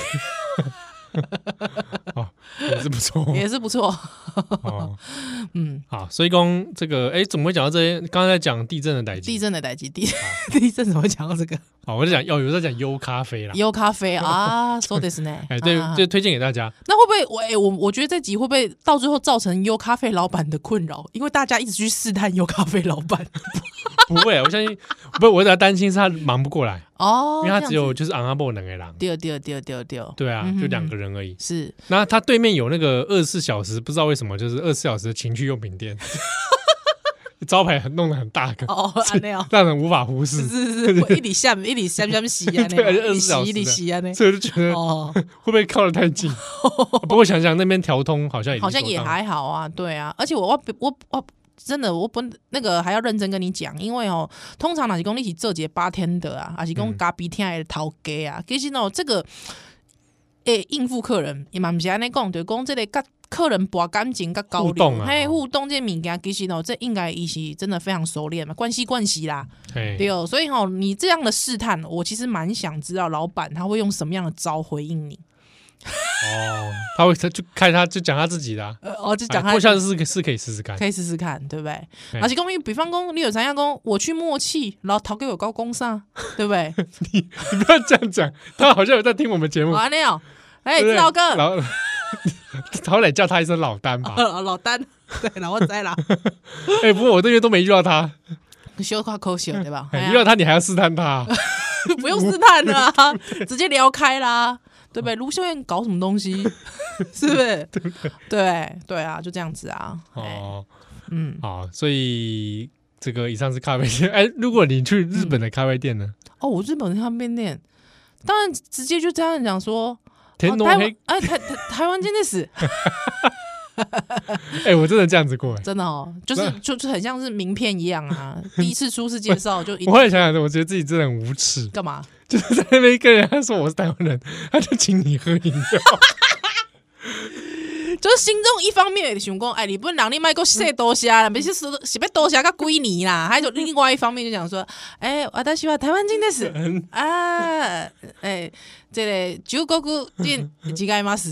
哦，也是不错， 也是不错。 哦，嗯，好，所以讲这个，哎，怎么会讲到这些？刚刚在讲地震的代际， 地震的代际，地地震怎么会讲到这个？ 好，我就讲，哦，有在讲优咖啡啦， 优咖啡啊，说的是呢， 哎，对，就推荐给大家。 那会不会我哎我我觉得这集会不会到最后造成优咖啡老板的困扰？因为大家一直去试探优咖啡老板。 不会，我相信不，我只要担心是他忙不过来哦， 因为他只有就是昂阿波两个人， 对对对对对， 对啊，就两个人而已。 是， 那他对面有那个二十四小时，不知道为什么就是二十四小时的情趣用品店。招牌弄得很大个哦，那样让人无法忽视。 是是是，一里下一里下下洗啊， 对，二十四小时， 一里洗啊，那所以我就觉得哦，会不会靠得太近？不过想想那边调通好像也好像也还好啊，对啊，而且我我我我真的我不那个还要认真跟你讲，因为哦，通常哪是讲你是做一个八天的啊，还是讲咖啡厅的头家啊，其实哦这个诶应付客人也嘛不是安尼讲，就讲这个甲客人博感情甲交流，嘿互动这物件，其实哦，这应该伊是真的非常熟练嘛，关系关系啦，对哦，所以哦，你这样的试探，我其实蛮想知道老板他会用什么样的招回应你。 哦，他会就看他就讲他自己的、啊， 呃，哦，就讲他， 不像是是可以试试看， 可以试试看，对不对？而且公比方讲，你有怎样讲，我去默契，然后讨给我高工上，对不对？ 你你不要这样讲，他好像有在听我们节目。 啊，你好，哎，志豪哥， 老陶磊叫他一声老丹吧， 哦、老丹，对，然后再啦。 哎、欸，不过我这边都没遇到他， 羞夸口秀对吧？ 欸、遇到他你还要试探他、啊， 不用试探了、啊，直接聊开啦。对不对？卢秀燕搞什么东西？是不是？对对对啊，就这样子啊。哦， 嗯， 好，所以这个以上是咖啡店。哎，如果你去日本的咖啡店呢？ 哦，我日本的咖啡店，当然直接就这样讲说， 天龙黑， 哎，台台台湾真的是， 哎，我真的这样子过， 真的哦，就是就是很像是名片一样啊。第一次初次介绍就， 我后来想想，我觉得自己真的很无耻， 干嘛？ 就是在那边跟人家说我是台湾人，他就请你喝饮料。 就是心中一方面想讲，哎，日本人你卖个说多虾啦，不是说是要多虾个几年啦，还有另外一方面就讲说，哎，我喜欢台湾人です啊，哎，这个九国古店几个吗？是，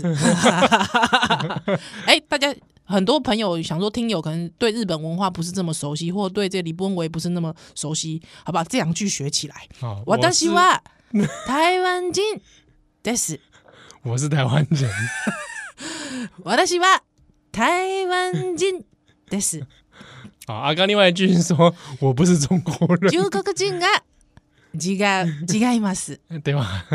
哎，大家很多朋友想说，听友可能对日本文化不是这么熟悉，或对这李本维不是那么熟悉，好吧，这两句学起来。我喜欢台湾人です， 我是台湾人。 我喜欢台湾人です。 好，阿刚另外一句是说我不是中国人。 中国人が違う違います， 对吧？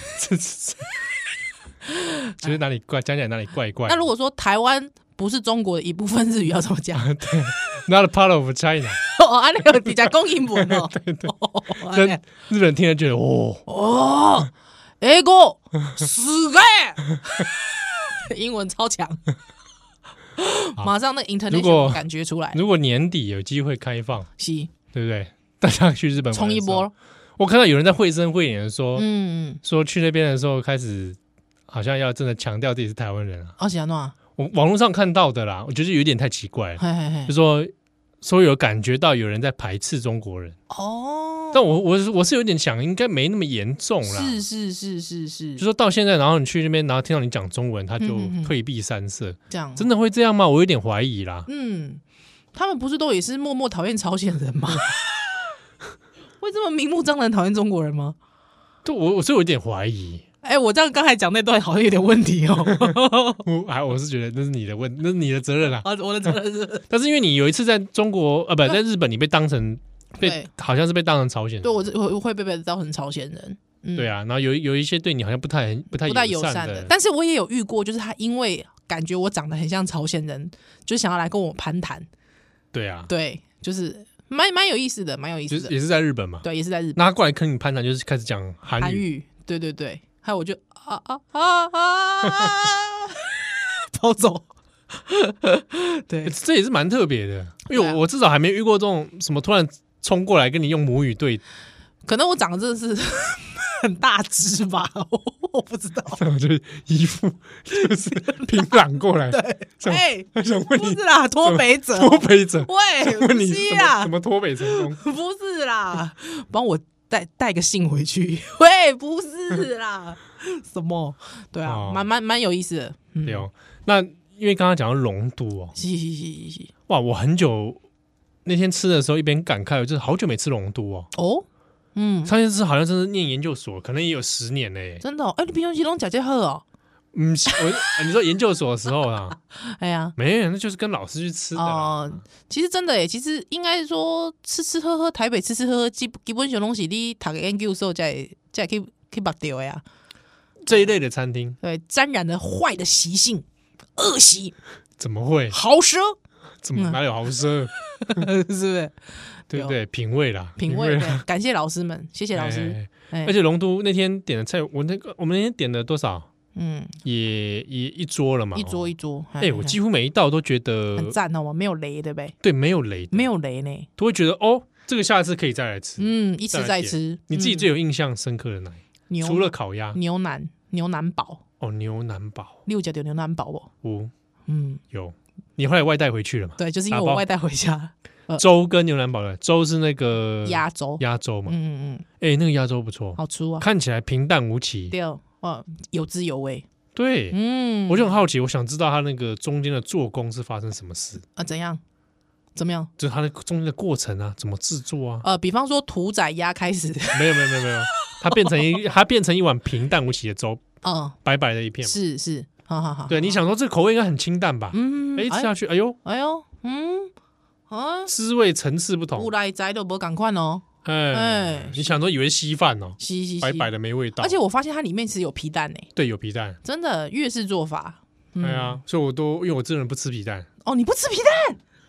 觉得哪里怪，讲起来哪里怪怪。 那如果说台湾不是中国的一部分，日语要怎么讲？ 对 ，Not a part of China。 哦，安尼有比较讲英文哦。 对对，跟日本人听了觉得哦哦，英語すげえ。英文超强，马上那 international 感觉出来。 如果年底有机会开放， 是， 对不对？大家去日本冲一波。 我看到有人在绘声绘影的说， 嗯， 说去那边的时候开始好像要真的强调自己是台湾人啊。 哦，是安怎？ 我网络上看到的啦，我觉得有点太奇怪了。 嘿嘿嘿， 就说说有感觉到有人在排斥中国人。 哦。 但我我我是有点想，应该没那么严重啦。 是是是是是， 就说到现在，然后你去那边，然后听到你讲中文，他就退避三舍， 这样真的会这样吗？我有点怀疑啦。 嗯，他们不是都也是默默讨厌朝鲜人吗？会这么明目张胆讨厌中国人吗？ 对，我我是有点怀疑。 哎、欸，我这样刚才讲那段好像有点问题哦。 我还我是觉得那是你的问，那是你的责任啦。 啊，我的责任是。 但是因为你有一次在中国，呃，不，在日本，你被当成被好像是被当成朝鲜人。 对，我我会被被当成朝鲜人。嗯、 对啊，然后有有一些对你好像不太不太不太友善的，但是我也有遇过，就是他因为感觉我长得很像朝鲜人，就想要来跟我攀谈。 对啊， 对，就是蛮蛮有意思的，蛮有意思的， 也是在日本嘛。 对，也是在日本。 那他过来跟你攀谈，就是开始讲韩语。 韩语，对对对。还有我就啊啊啊啊，跑走。对， 这也是蛮特别的，因为我我至少还没遇过这种什么突然冲过来跟你用母语对。 可能我长得真的是很大只吧，我不知道。 就是衣服就是平朗过来， 对，哎， 想问你， 不是啦，脱北者， 脱北者， 喂， 问你是啊， 怎么脱北成功？ 不是啦，帮我带带个信回去。喂，不是啦，什么？对啊，蛮蛮蛮有意思的。 嗯、对哦，那因为刚刚讲到龙都哦， 是是是是， 哇，我很久那天吃的时候一边感慨，就是好久没吃龙都哦。 哦，嗯， 上一次好像真是念研究所，可能也有十年嘞。 真的、哦？哎、欸，你平常时拢食这好哦？ 嗯，我你说研究所的时候啊， 哎呀， 没有，那就是跟老师去吃的哦、 呃。其实真的诶，其实应该说吃吃喝喝，台北吃吃喝喝，基基本上拢是你读个研究所才才可以可以捌到的呀。 这一类的餐厅， 对，沾染了坏的习性，恶习。 怎么会？ 豪奢？ 怎么哪有豪奢？ 是不是？ 对不对？品味啦， 品味。对，感谢老师们，谢谢老师。 哎哎而且龙都那天点的菜，我那个我们那天点了多少？嗯，也也一桌了嘛， 一桌一桌。 哎、欸，我几乎每一道都觉得很赞，好吗？没有雷，对不对？ 对，没有雷， 没有雷呢， 都会觉得哦，这个下次可以再来吃。 嗯，一吃再吃。 你自己最有印象深刻的哪一？除了烤鸭， 牛腩，牛腩堡。 哦，牛腩堡， 你有吃到牛腩堡不？ 有，嗯，有。你后来外带回去了嘛？ 对，就是因为我外带回家。 粥跟牛腩堡的粥是那个鸭粥， 鸭粥嘛。 嗯嗯， 哎、欸，那个鸭粥不错， 好吃啊， 看起来平淡无奇。 对哦，有滋有味。 对，嗯，我就很好奇，我想知道它那个中间的做工是发生什么事啊？怎样？怎么样？ 就是它的中间的过程啊，怎么制作啊？ 呃，比方说屠宰鸭开始， 没有没有没有没有，它变成一它变成一碗平淡无奇的粥，嗯，白白的一片， 是是，好好好。 对，你想说这口味应该很清淡吧？嗯，哎，吃下去，哎呦， 哎呦，嗯啊，滋味层次不同， 有来摘都不赶快哦。 哎，你想说以为稀饭哦， 稀稀白白的没味道， 而且我发现它里面是有皮蛋呢。 对，有皮蛋， 真的粤式做法。 对啊，所以我都因为我这人不吃皮蛋。 哦，你不吃皮蛋？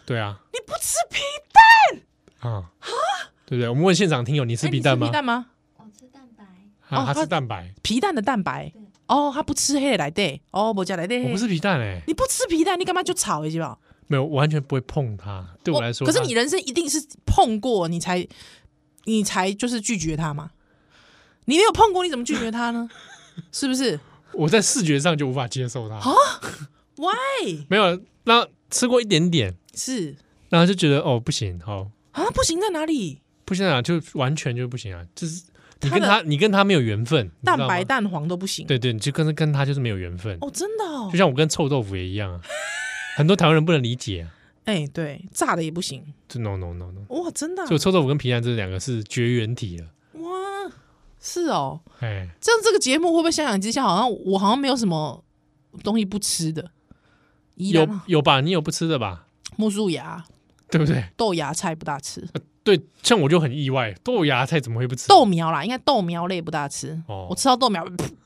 对啊， 你不吃皮啊对不对？我们问现场听友，你吃皮蛋吗？ 皮蛋吗？ 我吃蛋白， 啊，他哦他吃蛋白， 皮蛋的蛋白。哦，他不吃黑的来对，哦，不加来对。 我不吃皮蛋哎， 你不吃皮蛋，你干嘛就炒的是吧？ 没有，我完全不会碰它。对我来说， 可是你人生一定是碰过，你才你才就是拒绝它嘛。你没有碰过，你怎么拒绝它呢？是不是？ 我在视觉上就无法接受它。 啊 ？Why？ 没有，那吃过一点点， 是然后就觉得哦不行，好啊，不行在哪里？ 不行啊，就完全就不行啊，就是你跟它的他你跟他没有缘分，你知道吗蛋白蛋黄都不行。 对对，你就跟跟他就是没有缘分。 哦，真的哦就。像我跟臭豆腐也一样啊，很多台湾人不能理解啊， 哎，对，炸的也不行。 就 no no no no， 哇，真的啊所以臭豆腐跟皮蛋这两个是绝缘体了。 哇，是哦。 哎， 这样这个节目会不会相比之下，好像我好像没有什么东西不吃的？宜兰有啊有吧？你有不吃的吧？ 木薯芽、 对不对？ 豆芽菜不大吃， 对，像我就很意外，豆芽菜怎么会不吃？ 豆苗啦，应该豆苗类不大吃。 哦我吃到豆苗，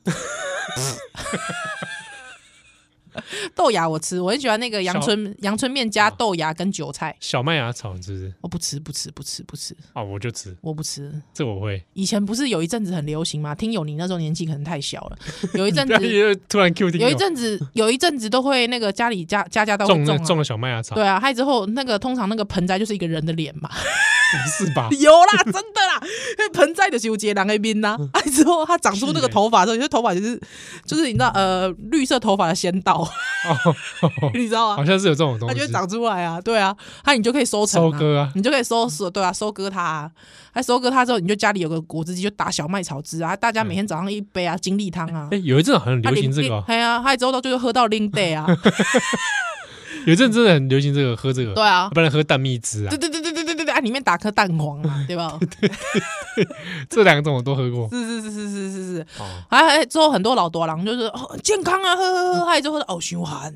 豆芽我吃，我很喜欢那个阳春阳春面加豆芽跟韭菜。 小麦芽草，是不是？ 我不吃，不吃，不吃，不吃， 啊，我就吃， 我不吃。 这我会。 以前不是有一阵子很流行吗？听友你那时候年纪可能太小了，有一阵不要子， 因为突然 Q 听有一阵子，有一阵子都会那个家里家家家都会种、啊、 种那种了小麦芽草， 对啊，害之后那个通常那个盆栽就是一个人的脸嘛， 不是吧？ 有啦，真的啦，那盆栽的是有接人的面呐，害之后它长出那个头发的时候，有些头发就是就是你知道呃绿色头发的仙道， 哦， 你知道吗？ 好像是有这种东西， 它就会长出来啊，对啊，它你就可以收成、 收割啊， 你就可以收收对啊，收割它、啊，还收割它之后，你就家里有个果汁机，就打小麦草汁啊，大家每天早上一杯啊，精力汤啊。 哎，有一阵很流行这个哦， 哎呀，还之后到就是喝到零 day 啊， 有一阵真的很流行这个，喝这个， 对啊， 不然喝蛋蜜汁啊对，对对对对对对对，啊，里面打颗蛋黄嘛，对吧？ 这两种我都喝过。 是是是是是是是， 哦， 还还之后很多老多郎就是、哦、健康啊，喝喝喝，还之后哦凶寒，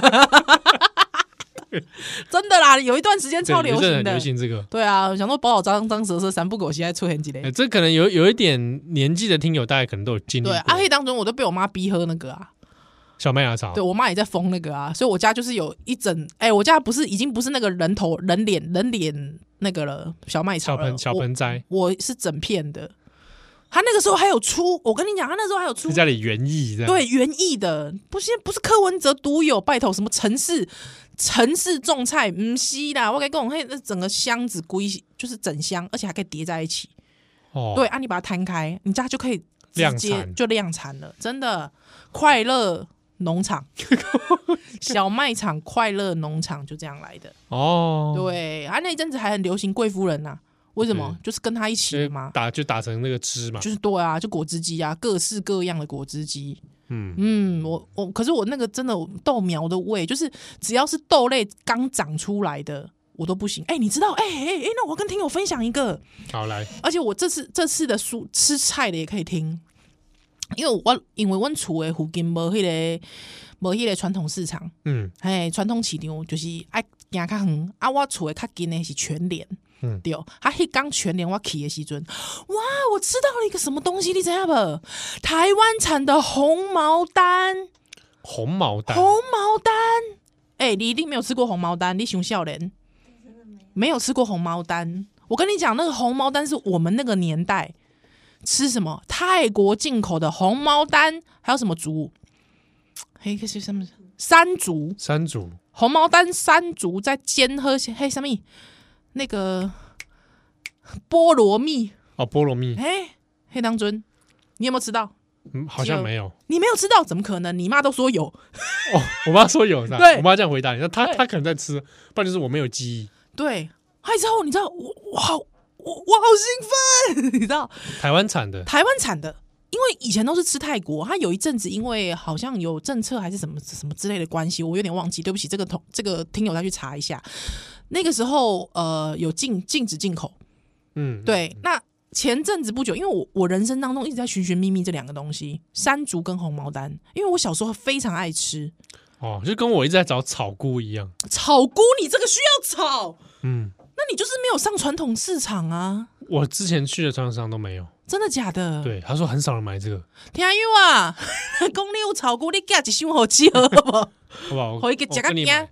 真的啦，有一段时间超对有一阵很流行的， 流行这个。 对啊，想说宝岛张张蛇蛇三不狗现在出现几类哎，，这可能有有一点年纪的听友，大概可能都有经历过。 对啊，黑当中我都被我妈逼喝那个啊， 小麦芽草， 对我妈也在疯那个啊，所以我家就是有一整，哎、我家不是已经不是那个人头人脸人脸那个了，小麦草了小盆小盆栽， 我，我是整片的。他那个时候还有出，我跟你讲，他那时候还有出在家里园艺这样。 对园艺的，不是不是柯文哲独有，拜托什么城市城市种菜，唔是啦，我跟你讲，嘿，那整个箱子归就是整箱，而且还可以叠在一起。 哦， 对啊，你把它摊开，你家就可以直量产接就量产了，真的快乐农场小卖场快乐农场就这样来的。 哦， 对啊，那一阵子还很流行贵夫人呐、啊，为什么？就是跟他一起就的嘛， 打就打成那个汁嘛。 就是对啊，就果汁机啊，各式各样的果汁机。 嗯， 嗯，我我可是我那个真的豆苗的味，就是只要是豆类刚长出来的，我都不行。哎、你知道？哎哎哎，那我跟听友分享一个， 好来， 而且我这次这次的书吃菜的也可以听，因为我因为阮厝的附近无迄、那个无迄个传统市场， 嗯， 嘿，传统市场就是爱行较远，啊，我厝的较近的是全联。 嗯对，啊，迄刚全联我去的时阵，哇，我吃到了一个什么东西，你知道不？台湾产的红毛丹， 红毛丹， 红毛丹，哎、欸，你一定没有吃过红毛丹，你熊笑人，没有吃过红毛丹。我跟你讲，那个红毛丹是我们那个年代吃什么泰国进口的红毛丹，还有什么竹？嘿，个是什么山竹？ 山竹， 红毛丹山竹在煎喝，嘿，什么？那个菠萝蜜哦，菠萝蜜， 哎，黑当尊，你有没有吃到？ 嗯，好像没有。 你没有吃到，怎么可能？你妈都说有。 哦，我妈说有，是吧？ 对我妈这样回答你，那她对她可能在吃，不然就是我没有记忆。 对，还之后你知道，我我好我我好兴奋，你知道， 台湾产的， 台湾产的。因为以前都是吃泰国，它有一阵子因为好像有政策还是什么什么之类的关系，我有点忘记，对不起，这个同这个听友再去查一下。那个时候呃有禁禁止进口， 嗯， 对，那前阵子不久，因为我我人生当中一直在寻寻觅觅这两个东西，山竹跟红毛丹，因为我小时候非常爱吃哦，就跟我一直在找草菇一样。 草菇，你这个需要炒， 嗯， 那你就是没有上传统市场啊， 我之前去的传统商都没有。 真的假的？， 对，他说很少人买这个， 听友啊，讲你有草菇，你寄一箱好吃好不好？ 好不好？ 好一个我跟你夹个饼买，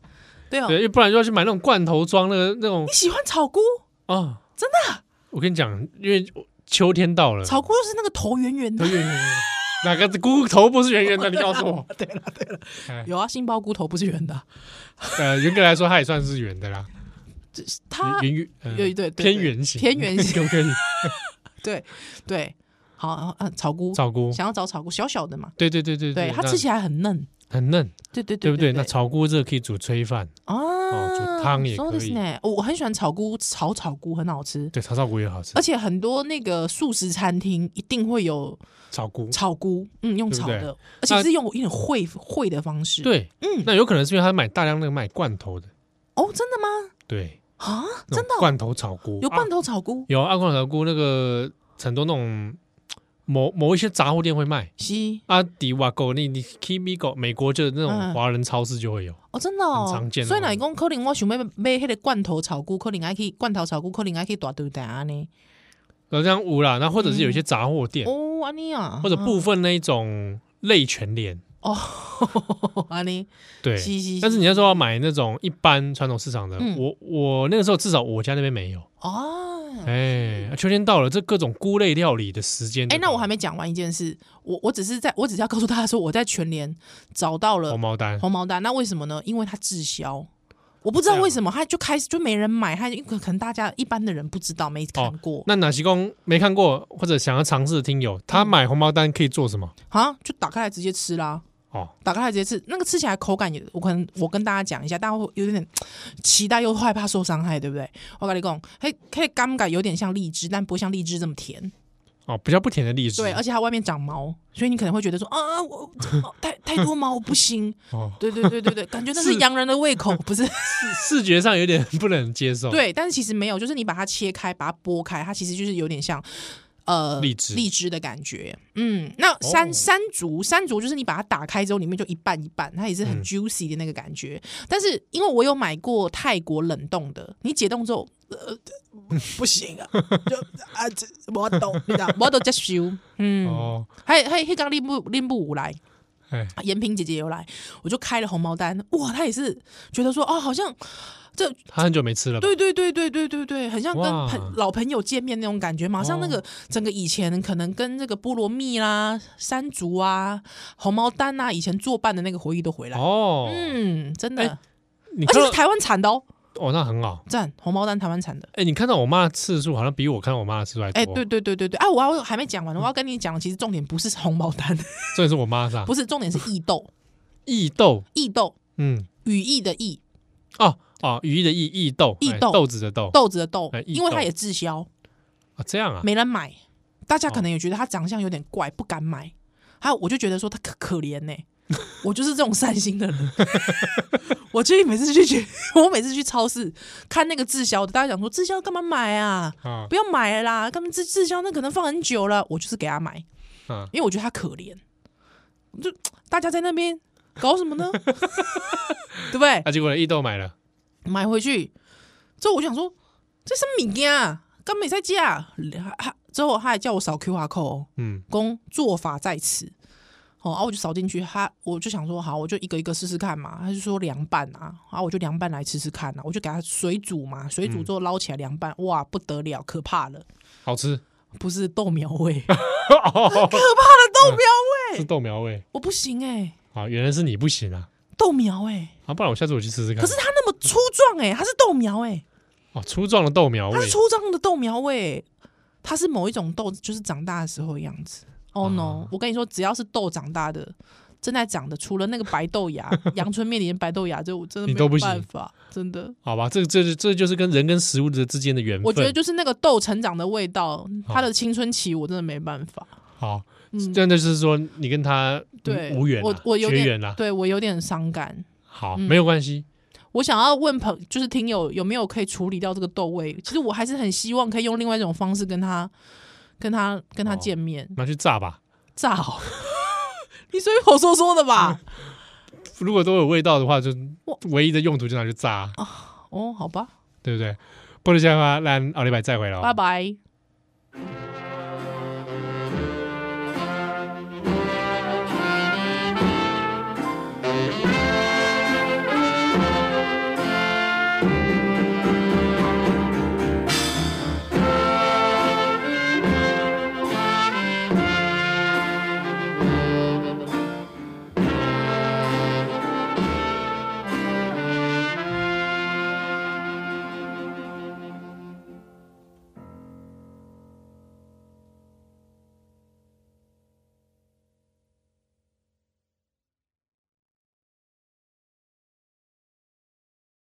对哦， 对，不然就要去买那种罐头装那个那种你喜欢草菇？ 啊， 真的？ 我跟你讲，因为秋天到了， 草菇就是那个头圆圆的头，圆圆的，哪个菇头不是圆圆的？你告诉我。 对了对了， 哎有啊，杏鲍菇头不是圆的啊， 呃，严格来说，它也算是圆的啦， 它圆圆呃有对对对偏圆形， 偏圆形可不可以？ 对对，好，嗯，草菇， 草菇， 想要找草菇，小小的嘛， 对对对对对，它那吃起来很嫩， 很嫩， 对对对对不对？那草菇这个可以煮炊饭， 啊， 哦煮汤也可以そうですね，我我很喜欢草菇炒草菇，很好吃， 对，炒草菇也好吃而，且很多那个素食餐厅一定会有草菇， 炒菇，嗯，用炒对不的，而且是用一点烩烩的方式。， 对， 嗯， 那有可能是因为他买大量那个卖罐头的， 哦，真的吗？ 对， 啊， 那种真的哦罐头炒菇啊有罐头炒菇？ 有啊，罐头炒菇那个很多那种某某一些杂货店会卖。 是啊，迪瓦狗，你你 K B 狗，美国就那种嗯华人超市就会有， 哦，真的哦， 很常见的所以哪讲可能我想要买迄个罐头炒菇，可能爱去罐头炒菇，可能爱去大堆单呢。 呃，这样无啦，那或者是有一些杂货店， 哦，安尼啊， 或者部分那一种类全联， 哦，安尼， 对。 是是， 但是你要说要买那种一般传统市场的， 嗯我我那个时候至少我家那边没有。 哦， 哎，秋天到了，这各种菇类料理的时间就哎， 到了。 那我还没讲完一件事，我我只是在我只是要告诉大家说，我在全联找到了红毛丹， 红毛丹，那为什么呢？因为它滞销。我不知道为什么，它就开始就没人买，它因为可能大家一般的人不知道，没看过， 那哪些公没看过或者想要尝试的听友，他买红毛丹可以做什么？ 啊，就打开来直接吃啦。 哦， 打开来直接吃，那个吃起来口感也，我可能我跟大家讲一下，大家会有点期待又害怕受伤害，对不对？我跟你讲，嘿，可以感觉有点像荔枝，但不像荔枝这么甜。 哦，比较不甜的荔枝。 对，而且它外面长毛，所以你可能会觉得说啊，我这毛太太多毛不行。 哦， 对对对对对，感觉那是是洋人的胃口，不是？ 视觉上有点不能接受。， 对，但是其实没有，就是你把它切开，把它剥开，它其实就是有点像呃荔枝荔枝的感觉。嗯，那山、 哦山竹山竹就是你把它打开之后，里面就一半一半，它也是很嗯 juicy 的那个感觉。但是因为我有买过泰国冷冻的，你解冻之后。呃，不行啊，就啊，这我懂，你知道，我都接受。嗯， 哦， 还还还刚令不令不无来， 哎， 延平姐姐有来，我就开了红毛丹，哇，她也是觉得说，哦，好像这他很久没吃了吧？ 对对对对对对对，很像跟哇朋老朋友见面那种感觉，马上那个哦整个以前可能跟这个菠萝蜜啦、山竹啊、红毛丹啊，以前作伴的那个回忆都回来。 哦， 嗯，真的， 哎你看到而且是台湾产的哦， 哦，那很好。 赞，红毛丹台湾产的。 哎，你看到我妈的次数好像比我看到我妈的次数还多。 哎，对，对对对对，哎，我要还没讲完，我要跟你讲，其实重点不是红毛丹， 这也是我妈是吧？ 不是重点是异豆， 异豆， 异豆， 嗯， 羽翼的翼， 哦哦，羽翼的翼，异豆，哎异豆豆子的豆豆子的豆哎，异因为它豆也滞销， 啊，这样啊， 没人买，大家可哦能也觉得他长相有点怪，不敢买。还有，我就觉得说他可可怜呢、我就是这种善心的人。我其实每次去去，我每次去超市看那个滞销的，大家讲说滞销干嘛买啊？ 啊不要买了啦，干嘛滞滞销那可能放很久了。我就是给他买， 啊， 因为我觉得他可怜。就大家在那边搞什么呢？对不对？ 啊，结果异豆买了， 买回去之后，我就想说这什么物件啊？根本没在家。之后他还叫我扫 Q R code 哦。 嗯， 公做法在此，哦，然、啊、后我就扫进去，他我就想说好，我就一个一个试试看嘛。他就说凉拌啊，然后我就凉拌来吃吃看啊，我就给他水煮嘛，水煮之后捞起来凉拌，哇，不得了，可怕了， 好吃， 不是豆苗味， 可怕的豆苗是豆苗味我不行哎、 啊，原来是你不行啊， 豆苗哎、 啊，不然我下次我去试试看。 可是它那么粗壮哎、它是豆苗哎、 哦，粗壮的豆苗味它是粗壮的豆苗味，它是某一种豆，就是长大的时候的样子。Oh no！、 啊我跟你说，只要是豆长大的，正在长的，除了那个白豆芽、阳春面里面白豆芽，这我真的没有你都不行办法，真的。 好吧，这这这就是跟人跟食物的之间的缘分。 我觉得就是那个豆成长的味道，它的青春期我真的没办法。 好， 嗯， 这样就是说你跟他对， 无缘啊， 我我有点绝缘啦。 对我有点伤感。 好， 嗯没有关系。 我想要问朋，就是听友有没有可以处理掉这个豆味？其实我还是很希望可以用另外一种方式跟他、跟他、跟他哦见面。 拿去炸吧。 炸好，你随口说说的吧？ 如果都有味道的话，就我唯一的用途就拿去炸， 哦，好吧， 对不对？不能这样啊，咱奥利百再回来哦。 拜拜。